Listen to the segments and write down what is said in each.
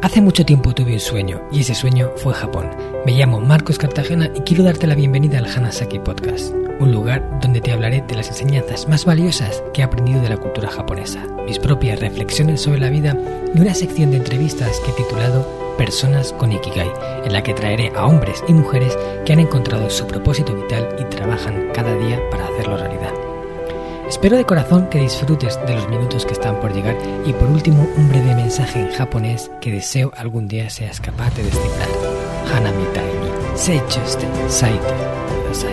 Hace mucho tiempo tuve un sueño, y ese sueño fue Japón. Me llamo Marcos Cartagena y quiero darte la bienvenida al Hanasaki Podcast, un lugar donde te hablaré de las enseñanzas más valiosas que he aprendido de la cultura japonesa, mis propias reflexiones sobre la vida y una sección de entrevistas que he titulado Personas con Ikigai, en la que traeré a hombres y mujeres que han encontrado su propósito vital y trabajan cada día para hacerlo realidad. Espero de corazón que disfrutes de los minutos que están por llegar y por último un breve mensaje en japonés que deseo algún día seas capaz de descifrar. Hana mitai ni seichū shite saite kudasai.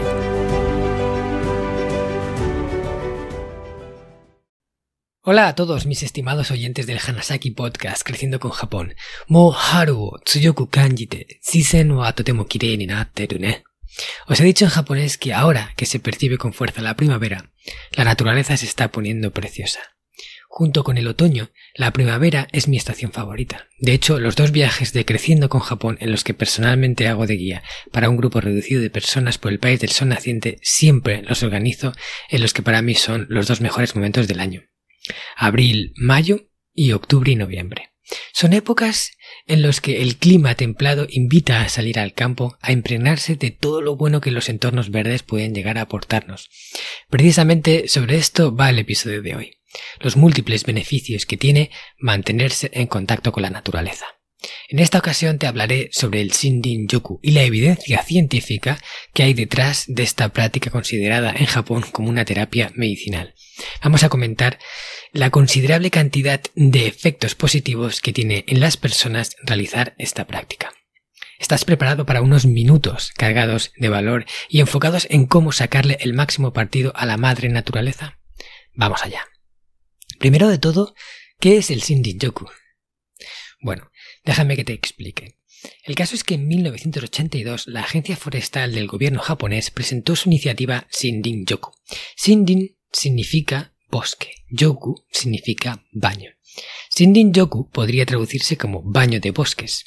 Hola a todos mis estimados oyentes del Hanasaki Podcast Creciendo con Japón. Mou haru wo tsuyoku kanjite, shisen wa totemo kirei ni natteru ne. Os he dicho en japonés que ahora que se percibe con fuerza la primavera, la naturaleza se está poniendo preciosa. Junto con el otoño, la primavera es mi estación favorita. De hecho, los dos viajes de Creciendo con Japón en los que personalmente hago de guía para un grupo reducido de personas por el país del sol naciente siempre los organizo en los que para mí son los dos mejores momentos del año. Abril, mayo y octubre y noviembre. Son épocas en las que el clima templado invita a salir al campo a impregnarse de todo lo bueno que los entornos verdes pueden llegar a aportarnos. Precisamente sobre esto va el episodio de hoy, los múltiples beneficios que tiene mantenerse en contacto con la naturaleza. En esta ocasión te hablaré sobre el Shinrin-yoku y la evidencia científica que hay detrás de esta práctica considerada en Japón como una terapia medicinal. Vamos a comentar la considerable cantidad de efectos positivos que tiene en las personas realizar esta práctica. ¿Estás preparado para unos minutos cargados de valor y enfocados en cómo sacarle el máximo partido a la madre naturaleza? Vamos allá. Primero de todo, ¿qué es el Shinrin-yoku? Bueno, déjame que te explique. El caso es que en 1982 la Agencia Forestal del gobierno japonés presentó su iniciativa Shinrin-yoku. Shinrin significa bosque, yoku significa baño. Shinrin-yoku podría traducirse como baño de bosques.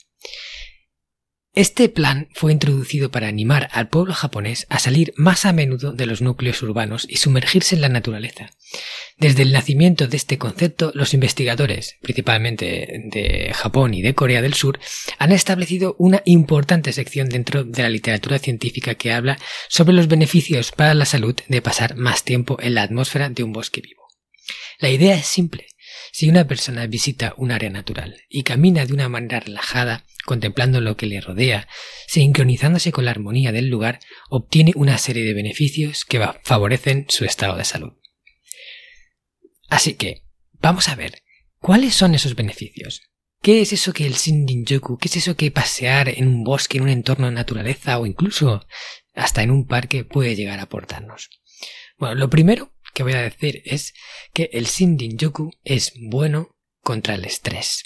Este plan fue introducido para animar al pueblo japonés a salir más a menudo de los núcleos urbanos y sumergirse en la naturaleza. Desde el nacimiento de este concepto, los investigadores, principalmente de Japón y de Corea del Sur, han establecido una importante sección dentro de la literatura científica que habla sobre los beneficios para la salud de pasar más tiempo en la atmósfera de un bosque vivo. La idea es simple. Si una persona visita un área natural y camina de una manera relajada, contemplando lo que le rodea, sincronizándose con la armonía del lugar, obtiene una serie de beneficios que favorecen su estado de salud. Así que, vamos a ver, ¿cuáles son esos beneficios? ¿Qué es eso que el Shinrin-yoku? ¿Qué es eso que pasear en un bosque, en un entorno de naturaleza o incluso hasta en un parque puede llegar a aportarnos? Bueno, lo primero que voy a decir es que el Shinrin-yoku es bueno contra el estrés.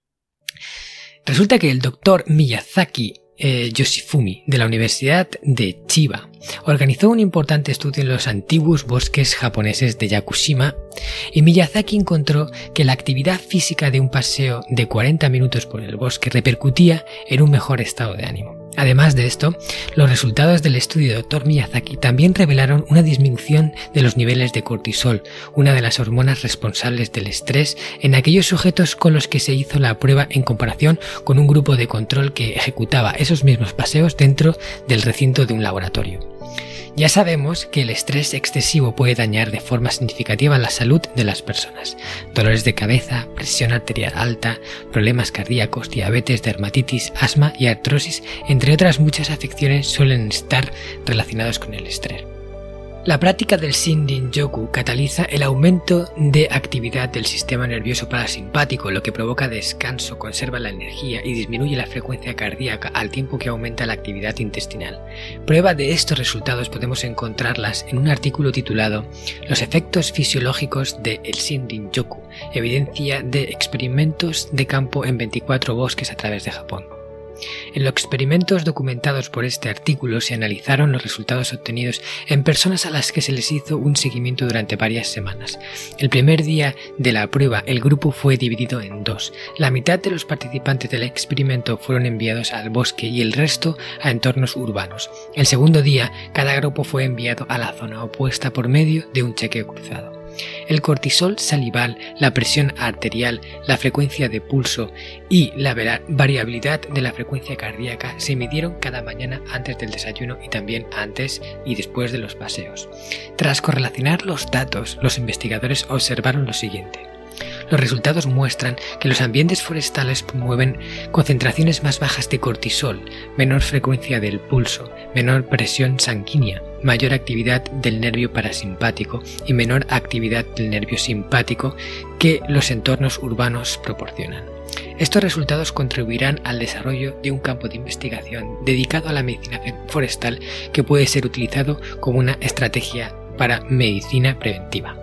Resulta que el doctor Miyazaki Yoshifumi de la Universidad de Chiba organizó un importante estudio en los antiguos bosques japoneses de Yakushima y Miyazaki encontró que la actividad física de un paseo de 40 minutos por el bosque repercutía en un mejor estado de ánimo. Además de esto, los resultados del estudio del Dr. Miyazaki también revelaron una disminución de los niveles de cortisol, una de las hormonas responsables del estrés, en aquellos sujetos con los que se hizo la prueba en comparación con un grupo de control que ejecutaba esos mismos paseos dentro del recinto de un laboratorio. Ya sabemos que el estrés excesivo puede dañar de forma significativa la salud de las personas. Dolores de cabeza, presión arterial alta, problemas cardíacos, diabetes, dermatitis, asma y artrosis, entre otras muchas afecciones suelen estar relacionados con el estrés. La práctica del Shinrin-yoku cataliza el aumento de actividad del sistema nervioso parasimpático, lo que provoca descanso, conserva la energía y disminuye la frecuencia cardíaca al tiempo que aumenta la actividad intestinal. Prueba de estos resultados podemos encontrarlas en un artículo titulado Los efectos fisiológicos del Shinrin-yoku, evidencia de experimentos de campo en 24 bosques a través de Japón. En los experimentos documentados por este artículo se analizaron los resultados obtenidos en personas a las que se les hizo un seguimiento durante varias semanas. El primer día de la prueba el grupo fue dividido en dos. La mitad de los participantes del experimento fueron enviados al bosque y el resto a entornos urbanos. El segundo día cada grupo fue enviado a la zona opuesta por medio de un chequeo cruzado. El cortisol salival, la presión arterial, la frecuencia de pulso y la variabilidad de la frecuencia cardíaca se midieron cada mañana antes del desayuno y también antes y después de los paseos. Tras correlacionar los datos, los investigadores observaron lo siguiente. Los resultados muestran que los ambientes forestales promueven concentraciones más bajas de cortisol, menor frecuencia del pulso, menor presión sanguínea, mayor actividad del nervio parasimpático y menor actividad del nervio simpático que los entornos urbanos proporcionan. Estos resultados contribuirán al desarrollo de un campo de investigación dedicado a la medicina forestal que puede ser utilizado como una estrategia para medicina preventiva.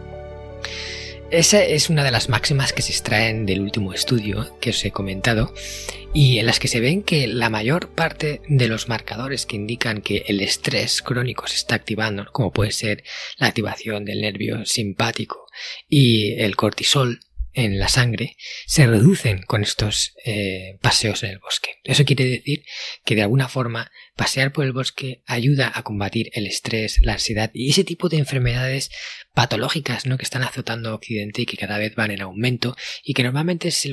Esa es una de las máximas que se extraen del último estudio que os he comentado y en las que se ven que la mayor parte de los marcadores que indican que el estrés crónico se está activando, como puede ser la activación del nervio simpático y el cortisol en la sangre, se reducen con estos paseos en el bosque. Eso quiere decir que de alguna forma pasear por el bosque ayuda a combatir el estrés, la ansiedad y ese tipo de enfermedades patológicas, ¿no?, que están azotando Occidente y que cada vez van en aumento y que normalmente se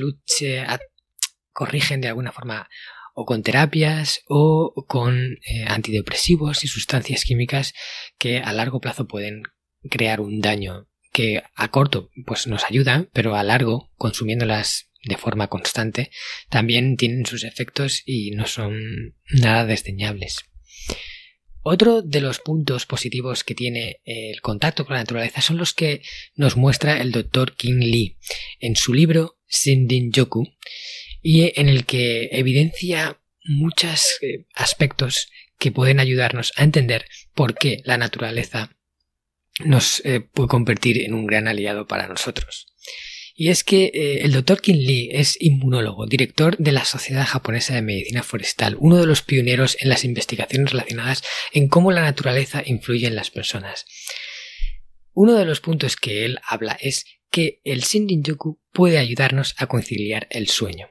corrigen de alguna forma o con terapias o con antidepresivos y sustancias químicas que a largo plazo pueden crear un daño que a corto pues nos ayudan, pero a largo, consumiéndolas de forma constante, también tienen sus efectos y no son nada desdeñables. Otro de los puntos positivos que tiene el contacto con la naturaleza son los que nos muestra el Dr. King Lee en su libro Shinrin-yoku, y en el que evidencia muchos aspectos que pueden ayudarnos a entender por qué la naturaleza nos puede convertir en un gran aliado para nosotros. Y es que el Dr. King Lee es inmunólogo, director de la Sociedad Japonesa de Medicina Forestal, uno de los pioneros en las investigaciones relacionadas en cómo la naturaleza influye en las personas. Uno de los puntos que él habla es que el Shinrin-yoku puede ayudarnos a conciliar el sueño.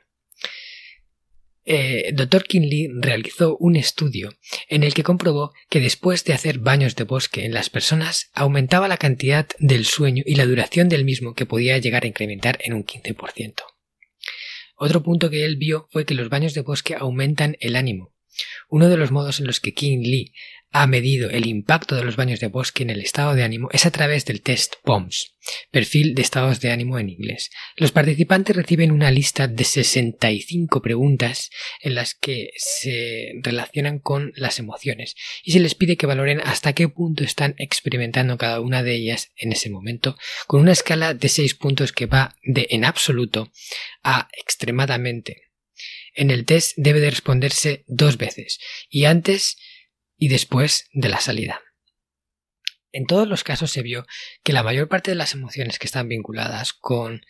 Dr. King Lee realizó un estudio en el que comprobó que después de hacer baños de bosque en las personas aumentaba la cantidad del sueño y la duración del mismo, que podía llegar a incrementar en un 15%. Otro punto que él vio fue que los baños de bosque aumentan el ánimo. Uno de los modos en los que King Lee ha medido el impacto de los baños de bosque en el estado de ánimo es a través del test POMS, perfil de estados de ánimo en inglés. Los participantes reciben una lista de 65 preguntas en las que se relacionan con las emociones y se les pide que valoren hasta qué punto están experimentando cada una de ellas en ese momento, con una escala de 6 puntos que va de en absoluto a extremadamente. En el test debe de responderse 2 veces, y antes y después de la salida. En todos los casos se vio que la mayor parte de las emociones que están vinculadas con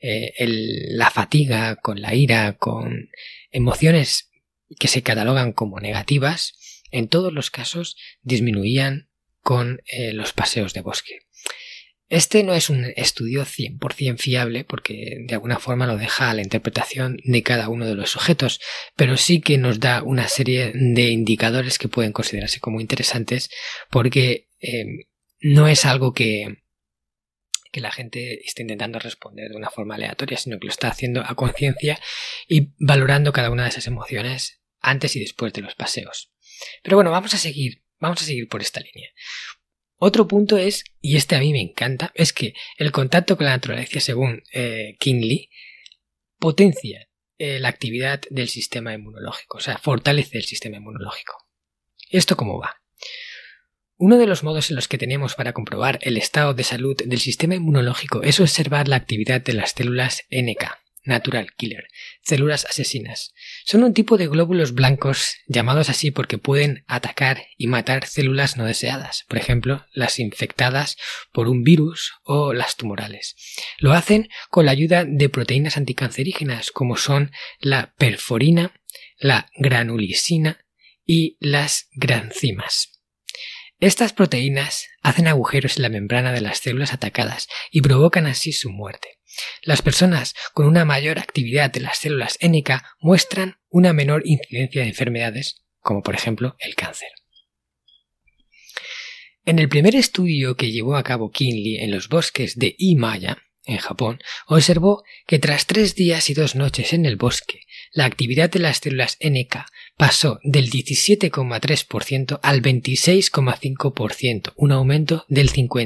la fatiga, con la ira, con emociones que se catalogan como negativas, en todos los casos disminuían con los paseos de bosque. Este no es un estudio 100% fiable porque de alguna forma lo deja a la interpretación de cada uno de los sujetos, pero sí que nos da una serie de indicadores que pueden considerarse como interesantes porque no es algo que la gente esté intentando responder de una forma aleatoria, sino que lo está haciendo a conciencia y valorando cada una de esas emociones antes y después de los paseos. Pero bueno, vamos a seguir por esta línea. Otro punto es, y este a mí me encanta, es que el contacto con la naturaleza, según King Lee, potencia la actividad del sistema inmunológico, o sea, fortalece el sistema inmunológico. ¿Esto cómo va? Uno de los modos en los que tenemos para comprobar el estado de salud del sistema inmunológico es observar la actividad de las células NK, Natural Killer, células asesinas. Son un tipo de glóbulos blancos llamados así porque pueden atacar y matar células no deseadas, por ejemplo, las infectadas por un virus o las tumorales. Lo hacen con la ayuda de proteínas anticancerígenas como son la perforina, la granulisina y las granzimas. Estas proteínas hacen agujeros en la membrana de las células atacadas y provocan así su muerte. Las personas con una mayor actividad de las células NK muestran una menor incidencia de enfermedades, como por ejemplo el cáncer. En el primer estudio que llevó a cabo Kinley en los bosques de Imaya, en Japón, observó que tras 3 días y 2 noches en el bosque, la actividad de las células NK pasó del 17,3% al 26,5%, un aumento del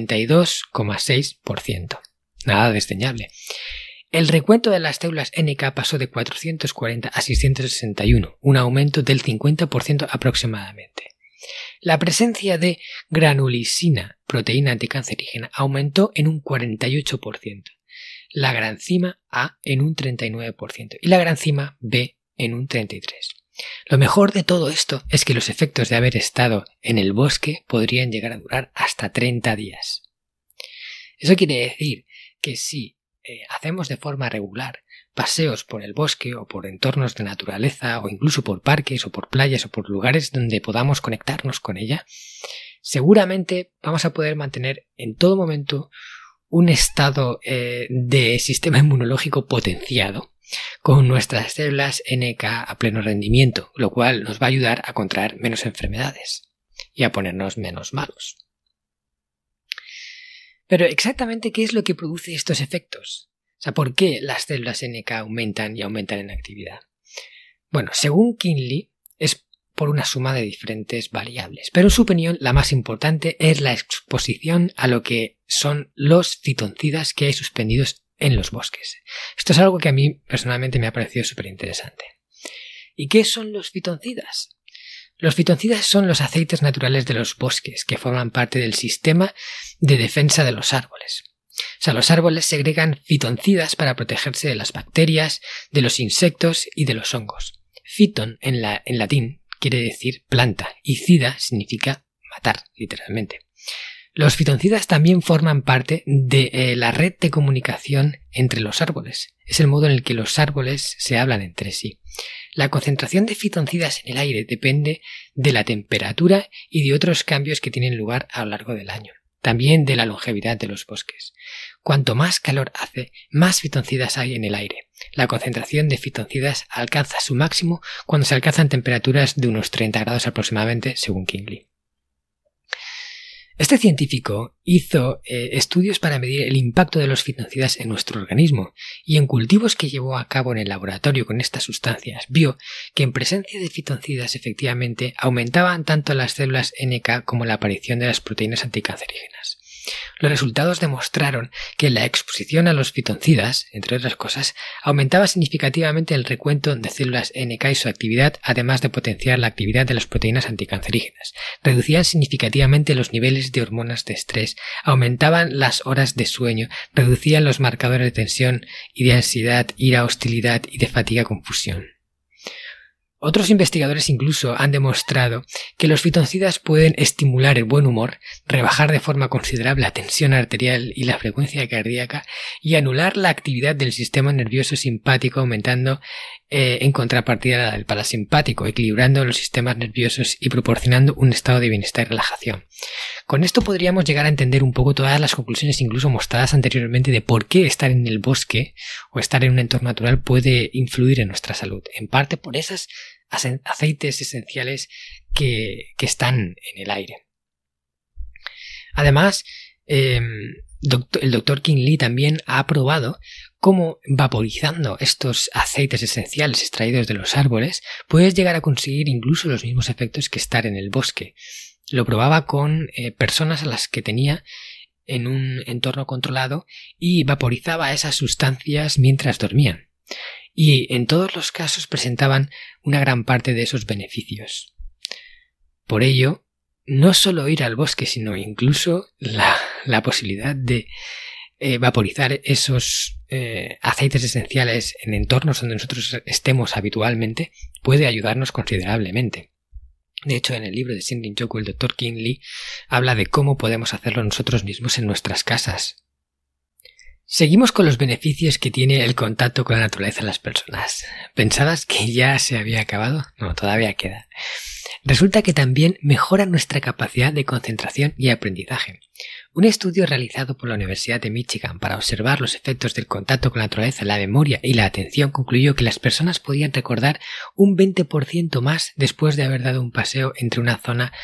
52,6%. Nada desdeñable. El recuento de las células NK pasó de 440 a 661, un aumento del 50% aproximadamente. La presencia de granulisina, proteína anticancerígena, aumentó en un 48%, la granzima A en un 39% y la granzima B en un 33%. Lo mejor de todo esto es que los efectos de haber estado en el bosque podrían llegar a durar hasta 30 días. Eso quiere decir que si hacemos de forma regular paseos por el bosque o por entornos de naturaleza o incluso por parques o por playas o por lugares donde podamos conectarnos con ella, seguramente vamos a poder mantener en todo momento un estado de sistema inmunológico potenciado con nuestras células NK a pleno rendimiento, lo cual nos va a ayudar a contraer menos enfermedades y a ponernos menos malos. Pero exactamente ¿qué es lo que produce estos efectos? O sea, ¿por qué las células NK aumentan y aumentan en actividad? Bueno, según Kinley, es por una suma de diferentes variables, pero en su opinión la más importante es la exposición a lo que son los fitoncidas que hay suspendidos en los bosques. Esto es algo que a mí personalmente me ha parecido súper interesante. ¿Y qué son los fitoncidas? Los fitoncidas son los aceites naturales de los bosques que forman parte del sistema de defensa de los árboles. O sea, los árboles segregan fitoncidas para protegerse de las bacterias, de los insectos y de los hongos. Fiton en latín quiere decir planta y cida significa matar, literalmente. Los fitoncidas también forman parte de la red de comunicación entre los árboles. Es el modo en el que los árboles se hablan entre sí. La concentración de fitoncidas en el aire depende de la temperatura y de otros cambios que tienen lugar a lo largo del año. También de la longevidad de los bosques. Cuanto más calor hace, más fitoncidas hay en el aire. La concentración de fitoncidas alcanza su máximo cuando se alcanzan temperaturas de unos 30 grados aproximadamente, según Kinley. Este científico hizo estudios para medir el impacto de los fitoncidas en nuestro organismo y en cultivos que llevó a cabo en el laboratorio con estas sustancias vio que en presencia de fitoncidas efectivamente aumentaban tanto las células NK como la aparición de las proteínas anticancerígenas. Los resultados demostraron que la exposición a los fitoncidas, entre otras cosas, aumentaba significativamente el recuento de células NK y su actividad, además de potenciar la actividad de las proteínas anticancerígenas. Reducían significativamente los niveles de hormonas de estrés, aumentaban las horas de sueño, reducían los marcadores de tensión y de ansiedad, ira, hostilidad y de fatiga-confusión. Otros investigadores incluso han demostrado que los fitoncidas pueden estimular el buen humor, rebajar de forma considerable la tensión arterial y la frecuencia cardíaca y anular la actividad del sistema nervioso simpático, aumentando en contrapartida la del parasimpático, equilibrando los sistemas nerviosos y proporcionando un estado de bienestar y relajación. Con esto podríamos llegar a entender un poco todas las conclusiones incluso mostradas anteriormente de por qué estar en el bosque o estar en un entorno natural puede influir en nuestra salud, en parte por esas aceites esenciales que están en el aire. Además, el Dr. Kinley también ha probado cómo vaporizando estos aceites esenciales extraídos de los árboles puedes llegar a conseguir incluso los mismos efectos que estar en el bosque. Lo probaba con personas a las que tenía en un entorno controlado y vaporizaba esas sustancias mientras dormían. Y en todos los casos presentaban una gran parte de esos beneficios. Por ello, no solo ir al bosque, sino incluso la posibilidad de vaporizar esos aceites esenciales en entornos donde nosotros estemos habitualmente puede ayudarnos considerablemente. De hecho, en el libro de Shinrin-yoku, el Dr. Kinley habla de cómo podemos hacerlo nosotros mismos en nuestras casas. Seguimos con los beneficios que tiene el contacto con la naturaleza en las personas. ¿Pensabas que ya se había acabado? No, todavía queda. Resulta que también mejora nuestra capacidad de concentración y aprendizaje. Un estudio realizado por la Universidad de Michigan para observar los efectos del contacto con la naturaleza en la memoria y la atención concluyó que las personas podían recordar un 20% más después de haber dado un paseo entre una zona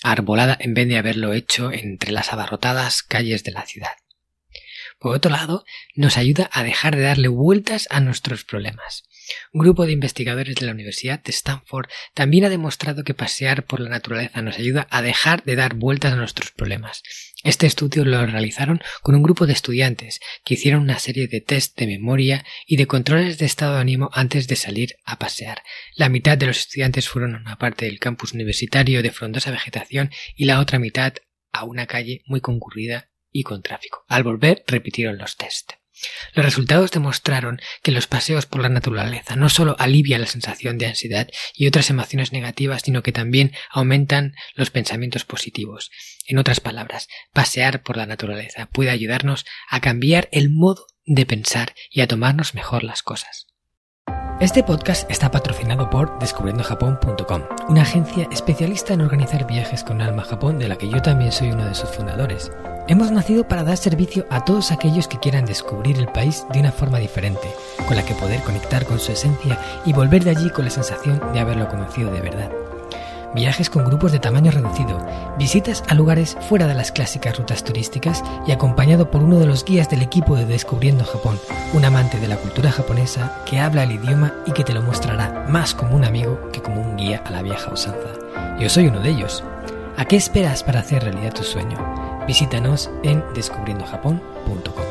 arbolada en vez de haberlo hecho entre las abarrotadas calles de la ciudad. Por otro lado, nos ayuda a dejar de darle vueltas a nuestros problemas. Un grupo de investigadores de la Universidad de Stanford también ha demostrado que pasear por la naturaleza nos ayuda a dejar de dar vueltas a nuestros problemas. Este estudio lo realizaron con un grupo de estudiantes que hicieron una serie de test de memoria y de controles de estado de ánimo antes de salir a pasear. La mitad de los estudiantes fueron a una parte del campus universitario de frondosa vegetación y la otra mitad a una calle muy concurrida y con tráfico. Al volver, repitieron los test. Los resultados demostraron que los paseos por la naturaleza no solo alivian la sensación de ansiedad y otras emociones negativas, sino que también aumentan los pensamientos positivos. En otras palabras, pasear por la naturaleza puede ayudarnos a cambiar el modo de pensar y a tomarnos mejor las cosas. Este podcast está patrocinado por descubriendojapón.com, una agencia especialista en organizar viajes con alma a Japón, de la que yo también soy uno de sus fundadores. Hemos nacido para dar servicio a todos aquellos que quieran descubrir el país de una forma diferente, con la que poder conectar con su esencia y volver de allí con la sensación de haberlo conocido de verdad. Viajes con grupos de tamaño reducido, visitas a lugares fuera de las clásicas rutas turísticas y acompañado por uno de los guías del equipo de Descubriendo Japón, un amante de la cultura japonesa que habla el idioma y que te lo mostrará más como un amigo que como un guía a la vieja usanza. Yo soy uno de ellos. ¿A qué esperas para hacer realidad tu sueño? Visítanos en descubriendojapón.com.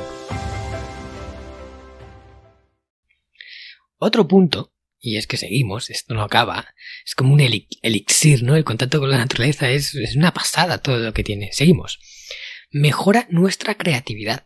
Otro punto, y es que seguimos, esto no acaba, es como un elixir, ¿no? El contacto con la naturaleza es una pasada todo lo que tiene. Seguimos. Mejora nuestra creatividad.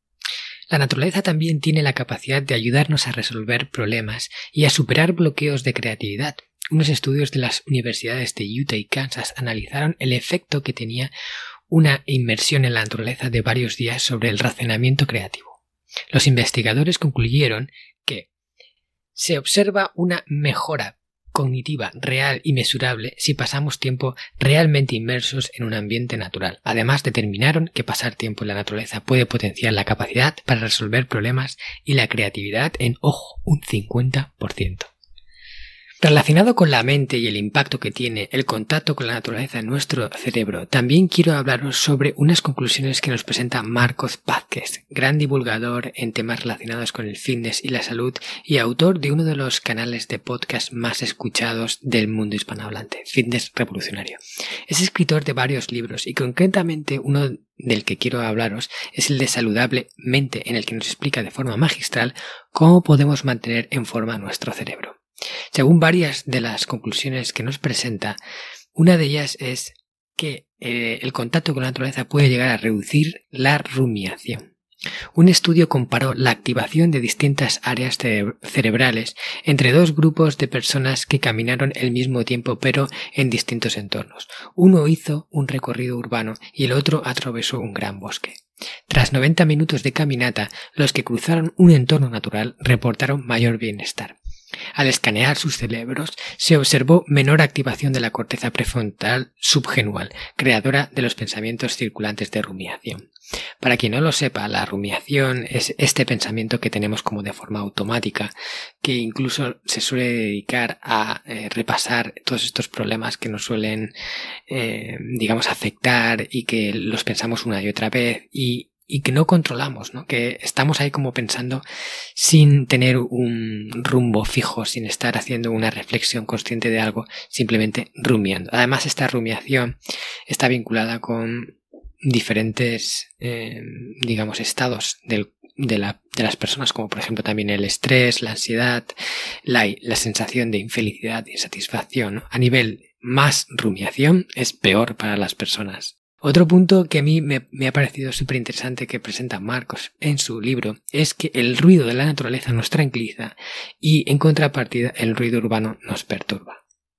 La naturaleza también tiene la capacidad de ayudarnos a resolver problemas y a superar bloqueos de creatividad. Unos estudios de las universidades de Utah y Kansas analizaron el efecto que tenía una inmersión en la naturaleza de varios días sobre el razonamiento creativo. Los investigadores concluyeron que se observa una mejora cognitiva real y mesurable si pasamos tiempo realmente inmersos en un ambiente natural. Además, determinaron que pasar tiempo en la naturaleza puede potenciar la capacidad para resolver problemas y la creatividad en, ojo, un 50%. Relacionado con la mente y el impacto que tiene el contacto con la naturaleza en nuestro cerebro, también quiero hablaros sobre unas conclusiones que nos presenta Marcos Vázquez, gran divulgador en temas relacionados con el fitness y la salud y autor de uno de los canales de podcast más escuchados del mundo hispanohablante, Fitness Revolucionario. Es escritor de varios libros y concretamente uno del que quiero hablaros es el de Saludable Mente, en el que nos explica de forma magistral cómo podemos mantener en forma nuestro cerebro. Según varias de las conclusiones que nos presenta, una de ellas es que el contacto con la naturaleza puede llegar a reducir la rumiación. Un estudio comparó la activación de distintas áreas cerebrales entre dos grupos de personas que caminaron el mismo tiempo pero en distintos entornos. Uno hizo un recorrido urbano y el otro atravesó un gran bosque. Tras 90 minutos de caminata, los que cruzaron un entorno natural reportaron mayor bienestar. Al escanear sus cerebros, se observó menor activación de la corteza prefrontal subgenual, creadora de los pensamientos circulantes de rumiación. Para quien no lo sepa, la rumiación es este pensamiento que tenemos como de forma automática, que incluso se suele dedicar a repasar todos estos problemas que nos suelen, afectar y que los pensamos una y otra vez y que no controlamos, ¿no? Que estamos ahí como pensando sin tener un rumbo fijo, sin estar haciendo una reflexión consciente de algo, simplemente rumiando. Además, esta rumiación está vinculada con diferentes, estados de las personas, como por ejemplo también el estrés, la ansiedad, la sensación de infelicidad y insatisfacción, ¿no? A nivel más rumiación es peor para las personas. Otro punto que a mí me ha parecido súper interesante que presenta Marcos en su libro es que el ruido de la naturaleza nos tranquiliza y en contrapartida el ruido urbano nos perturba.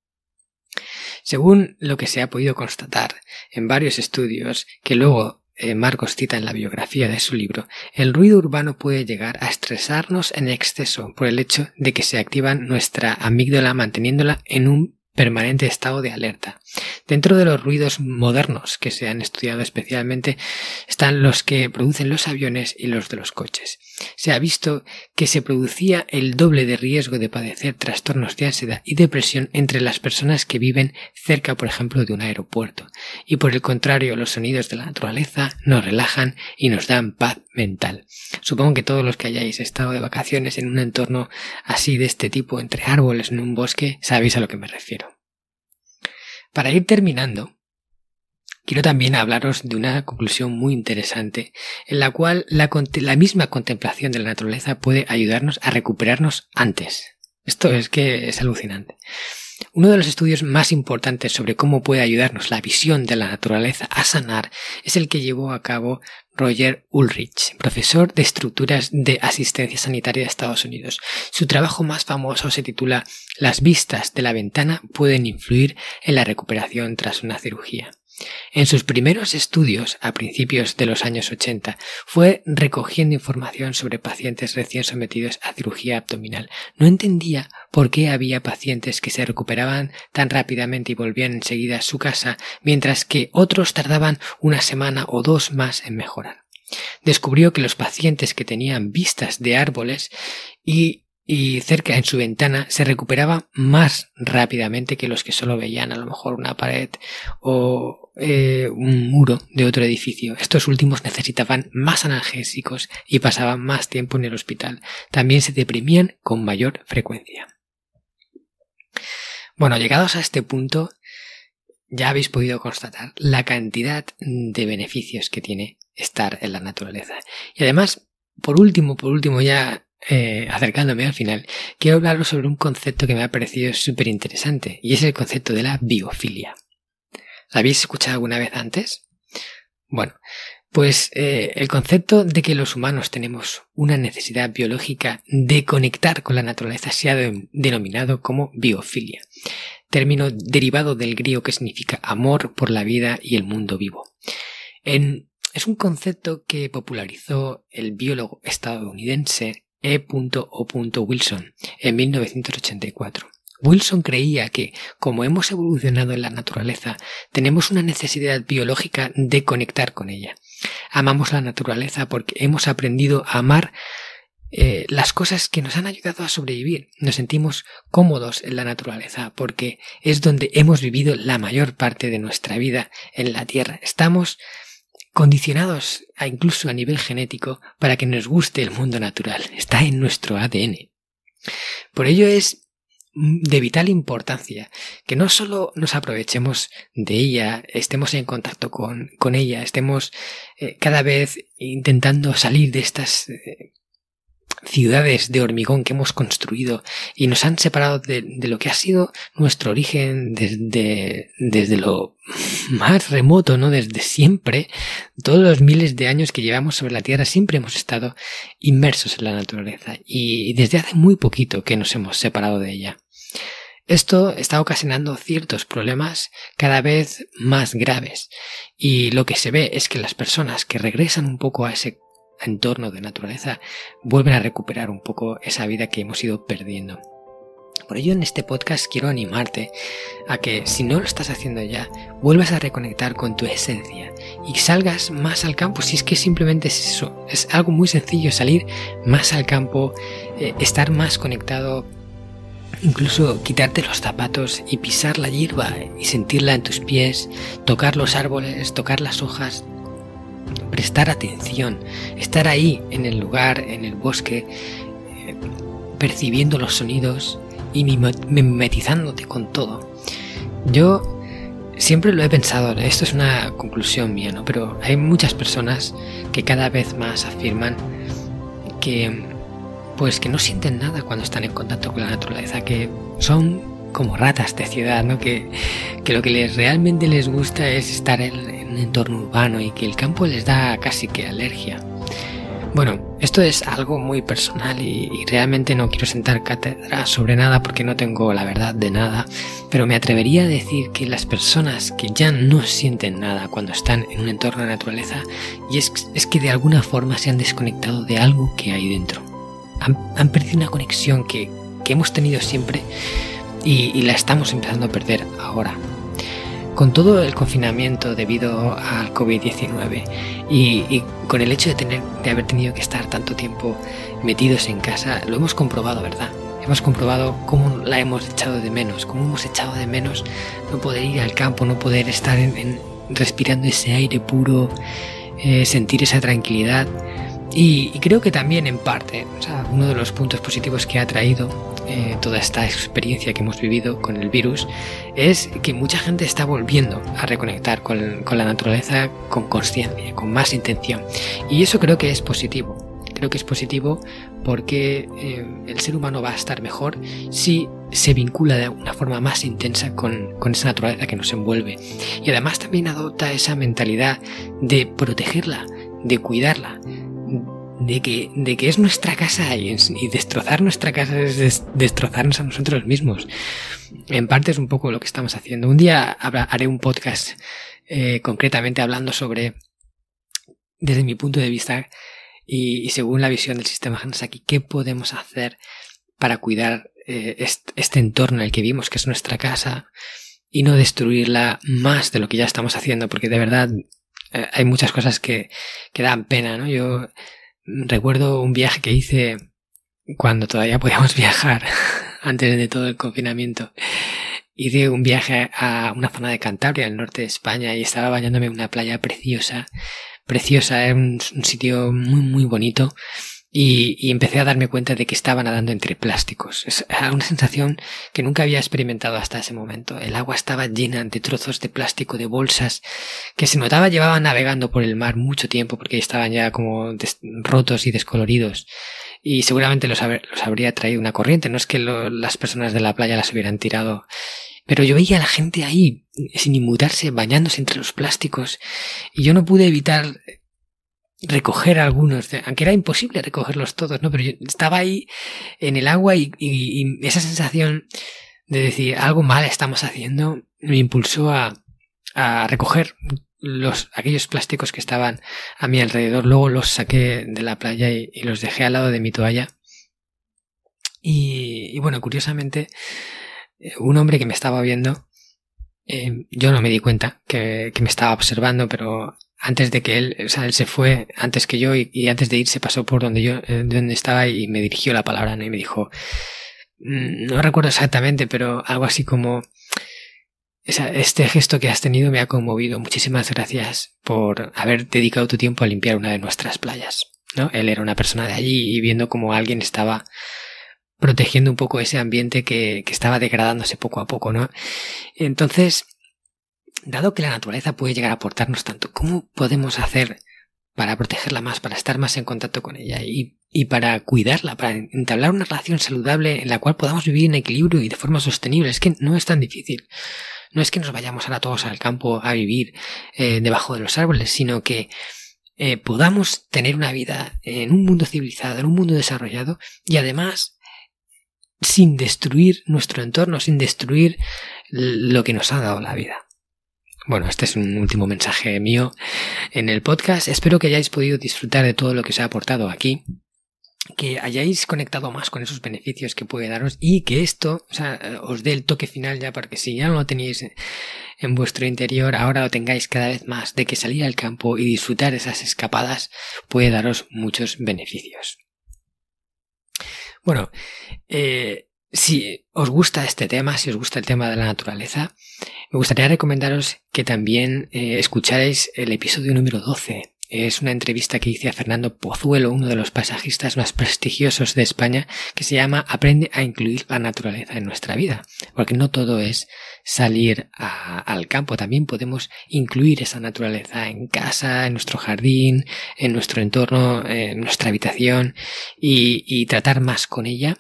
Según lo que se ha podido constatar en varios estudios que luego Marcos cita en la biografía de su libro, el ruido urbano puede llegar a estresarnos en exceso por el hecho de que se activa nuestra amígdala manteniéndola en un permanente estado de alerta. Dentro de los ruidos modernos que se han estudiado especialmente están los que producen los aviones y los de los coches. Se ha visto que se producía el doble de riesgo de padecer trastornos de ansiedad y depresión entre las personas que viven cerca, por ejemplo, de un aeropuerto. Y por el contrario, los sonidos de la naturaleza nos relajan y nos dan paz mental. Supongo que todos los que hayáis estado de vacaciones en un entorno así de este tipo, entre árboles en un bosque, sabéis a lo que me refiero. Para ir terminando, quiero también hablaros de una conclusión muy interesante, en la cual la misma contemplación de la naturaleza puede ayudarnos a recuperarnos antes. Esto es que es alucinante. Uno de los estudios más importantes sobre cómo puede ayudarnos la visión de la naturaleza a sanar es el que llevó a cabo Roger Ulrich, profesor de estructuras de asistencia sanitaria de Estados Unidos. Su trabajo más famoso se titula «Las vistas de la ventana pueden influir en la recuperación tras una cirugía». En sus primeros estudios, a principios de los años 80, fue recogiendo información sobre pacientes recién sometidos a cirugía abdominal. No entendía por qué había pacientes que se recuperaban tan rápidamente y volvían enseguida a su casa, mientras que otros tardaban una semana o dos más en mejorar. Descubrió que los pacientes que tenían vistas de árboles y cerca en su ventana se recuperaban más rápidamente que los que solo veían a lo mejor una pared o un muro de otro edificio. Estos últimos necesitaban más analgésicos y pasaban más tiempo en el hospital. También se deprimían con mayor frecuencia. Bueno, llegados a este punto, ya habéis podido constatar la cantidad de beneficios que tiene estar en la naturaleza. Y además, por último ya acercándome al final, quiero hablaros sobre un concepto que me ha parecido súper interesante, y es el concepto de la biofilia. ¿La habéis escuchado alguna vez antes? Bueno, pues el concepto de que los humanos tenemos una necesidad biológica de conectar con la naturaleza se ha denominado como biofilia, término derivado del griego que significa amor por la vida y el mundo vivo. Es un concepto que popularizó el biólogo estadounidense E.O. Wilson en 1984. Wilson creía que, como hemos evolucionado en la naturaleza, tenemos una necesidad biológica de conectar con ella. Amamos la naturaleza porque hemos aprendido a amar las cosas que nos han ayudado a sobrevivir. Nos sentimos cómodos en la naturaleza porque es donde hemos vivido la mayor parte de nuestra vida en la Tierra. Estamos condicionados incluso a nivel genético para que nos guste el mundo natural. Está en nuestro ADN. Por ello es de vital importancia que no solo nos aprovechemos de ella, estemos en contacto con ella, estemos cada vez intentando salir de estas ciudades de hormigón que hemos construido y nos han separado de lo que ha sido nuestro origen desde lo más remoto, ¿no? Desde siempre, todos los miles de años que llevamos sobre la Tierra, siempre hemos estado inmersos en la naturaleza y desde hace muy poquito que nos hemos separado de ella. Esto está ocasionando ciertos problemas cada vez más graves y lo que se ve es que las personas que regresan un poco a ese entorno de naturaleza vuelven a recuperar un poco esa vida que hemos ido perdiendo. Por ello en este podcast quiero animarte a que si no lo estás haciendo ya, vuelvas a reconectar con tu esencia y salgas más al campo. Si es que simplemente es eso, es algo muy sencillo, salir más al campo, estar más conectado, incluso quitarte los zapatos y pisar la hierba y sentirla en tus pies, tocar los árboles, tocar las hojas, prestar atención, estar ahí en el lugar, en el bosque, percibiendo los sonidos y mimetizándote con todo. Yo siempre lo he pensado, esto es una conclusión mía, ¿no? Pero hay muchas personas que cada vez más afirman que no sienten nada cuando están en contacto con la naturaleza, que son como ratas de ciudad, ¿no? Que lo que realmente les gusta es estar en un entorno urbano y que el campo les da casi que alergia. Bueno, esto es algo muy personal y realmente no quiero sentar cátedra sobre nada porque no tengo la verdad de nada, pero me atrevería a decir que las personas que ya no sienten nada cuando están en un entorno de naturaleza y es que de alguna forma se han desconectado de algo que hay dentro. Han perdido una conexión que hemos tenido siempre y la estamos empezando a perder ahora. Con todo el confinamiento debido al COVID-19 y con el hecho de haber tenido que estar tanto tiempo metidos en casa, lo hemos comprobado, ¿verdad? Hemos comprobado cómo la hemos echado de menos, cómo hemos echado de menos no poder ir al campo, no poder estar respirando ese aire puro, sentir esa tranquilidad. Y creo que también en parte, uno de los puntos positivos que ha traído toda esta experiencia que hemos vivido con el virus es que mucha gente está volviendo a reconectar con la naturaleza con consciencia, con más intención. Y eso creo que es positivo. Creo que es positivo porque el ser humano va a estar mejor si se vincula de una forma más intensa con esa naturaleza que nos envuelve. Y además también adopta esa mentalidad de protegerla, de cuidarla, de que es nuestra casa y destrozar nuestra casa es destrozarnos a nosotros mismos. En parte es un poco lo que estamos haciendo. Un día haré un podcast concretamente hablando sobre, desde mi punto de vista y según la visión del sistema Hanasaki, qué podemos hacer para cuidar este entorno en el que vivimos, que es nuestra casa, y no destruirla más de lo que ya estamos haciendo, porque de verdad hay muchas cosas que dan pena, ¿no? Yo recuerdo un viaje que hice cuando todavía podíamos viajar, antes de todo el confinamiento. Hice un viaje a una zona de Cantabria, en el norte de España, y estaba bañándome en una playa preciosa, era un sitio muy muy bonito, y empecé a darme cuenta de que estaba nadando entre plásticos. Era una sensación que nunca había experimentado hasta ese momento. El agua estaba llena de trozos de plástico, de bolsas, que se notaba llevaban navegando por el mar mucho tiempo porque estaban ya como rotos y descoloridos. Y seguramente los habría traído una corriente, no es que las personas de la playa las hubieran tirado. Pero yo veía a la gente ahí, sin inmutarse, bañándose entre los plásticos, y yo no pude evitar recoger algunos, aunque era imposible recogerlos todos, ¿no? Pero yo estaba ahí en el agua y esa sensación de decir algo mal estamos haciendo me impulsó a recoger aquellos plásticos que estaban a mi alrededor. Luego los saqué de la playa y los dejé al lado de mi toalla. Y bueno, curiosamente, un hombre que me estaba viendo, yo no me di cuenta que me estaba observando, pero antes de que él se fue antes que yo y antes de irse pasó por donde estaba y me dirigió la palabra, ¿no? Y me dijo, no recuerdo exactamente, pero algo así como, este gesto que has tenido me ha conmovido, muchísimas gracias por haber dedicado tu tiempo a limpiar una de nuestras playas, ¿no? Él era una persona de allí y viendo como alguien estaba protegiendo un poco ese ambiente que estaba degradándose poco a poco, ¿no? Entonces, dado que la naturaleza puede llegar a aportarnos tanto, ¿cómo podemos hacer para protegerla más, para estar más en contacto con ella y para cuidarla, para entablar una relación saludable en la cual podamos vivir en equilibrio y de forma sostenible? Es que no es tan difícil. No es que nos vayamos ahora todos al campo a vivir debajo de los árboles, sino que podamos tener una vida en un mundo civilizado, en un mundo desarrollado, y además sin destruir nuestro entorno, sin destruir lo que nos ha dado la vida. Bueno, este es un último mensaje mío en el podcast. Espero que hayáis podido disfrutar de todo lo que os ha aportado aquí, que hayáis conectado más con esos beneficios que puede daros y que esto, os dé el toque final ya, porque si ya no lo tenéis en vuestro interior, ahora lo tengáis cada vez más, de que salir al campo y disfrutar esas escapadas puede daros muchos beneficios. Bueno, si os gusta este tema, si os gusta el tema de la naturaleza, me gustaría recomendaros que también escucharais el episodio número 12. Es una entrevista que hice a Fernando Pozuelo, uno de los paisajistas más prestigiosos de España, que se llama Aprende a incluir la naturaleza en nuestra vida. Porque no todo es salir al campo, también podemos incluir esa naturaleza en casa, en nuestro jardín, en nuestro entorno, en nuestra habitación y tratar más con ella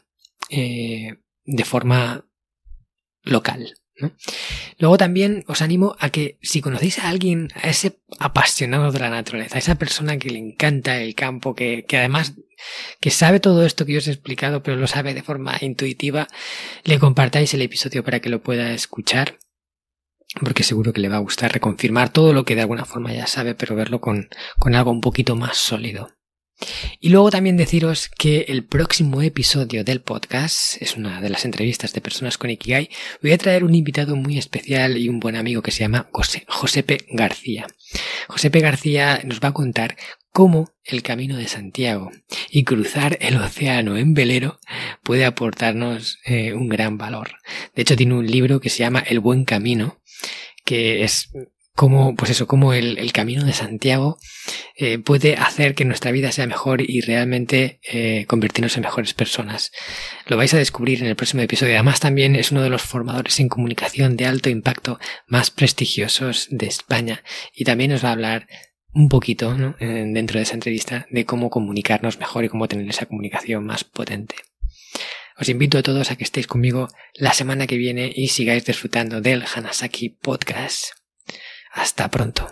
de forma local, ¿no? Luego también os animo a que si conocéis a alguien, a ese apasionado de la naturaleza, a esa persona que le encanta el campo, que además que sabe todo esto que yo os he explicado, pero lo sabe de forma intuitiva, le compartáis el episodio para que lo pueda escuchar, porque seguro que le va a gustar reconfirmar todo lo que de alguna forma ya sabe, pero verlo con algo un poquito más sólido. Y luego también deciros que el próximo episodio del podcast es una de las entrevistas de Personas con Ikigai. Voy a traer un invitado muy especial y un buen amigo que se llama Josepe García. Josepe García nos va a contar cómo el Camino de Santiago y cruzar el océano en velero puede aportarnos un gran valor. De hecho, tiene un libro que se llama El Buen Camino, que es cómo el Camino de Santiago puede hacer que nuestra vida sea mejor y realmente convertirnos en mejores personas. Lo vais a descubrir en el próximo episodio. Además, también es uno de los formadores en comunicación de alto impacto más prestigiosos de España y también nos va a hablar un poquito, ¿no?, dentro de esa entrevista, de cómo comunicarnos mejor y cómo tener esa comunicación más potente. Os invito a todos a que estéis conmigo la semana que viene y sigáis disfrutando del Hanasaki Podcast. Hasta pronto.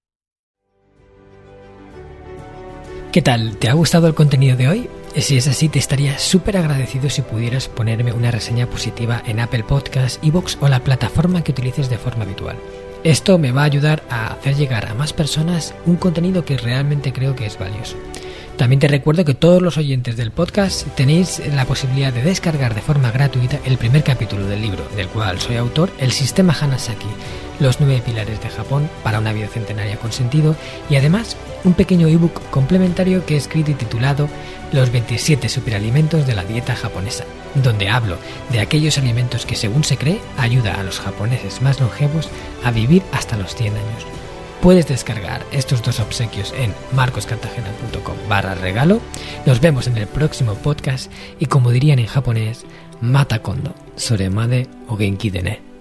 ¿Qué tal? ¿Te ha gustado el contenido de hoy? Si es así, te estaría súper agradecido si pudieras ponerme una reseña positiva en Apple Podcasts, iVoox o la plataforma que utilices de forma habitual. Esto me va a ayudar a hacer llegar a más personas un contenido que realmente creo que es valioso. También te recuerdo que todos los oyentes del podcast tenéis la posibilidad de descargar de forma gratuita el primer capítulo del libro, del cual soy autor, El Sistema Hanasaki, los 9 pilares de Japón para una vida centenaria con sentido, y además un pequeño ebook complementario que he escrito y titulado Los 27 superalimentos de la dieta japonesa, donde hablo de aquellos alimentos que, según se cree, ayuda a los japoneses más longevos a vivir hasta los 100 años. Puedes descargar estos 2 obsequios en marcoscartagena.com/regalo. Nos vemos en el próximo podcast y, como dirían en japonés, mata kondo, soremade o genki de ne.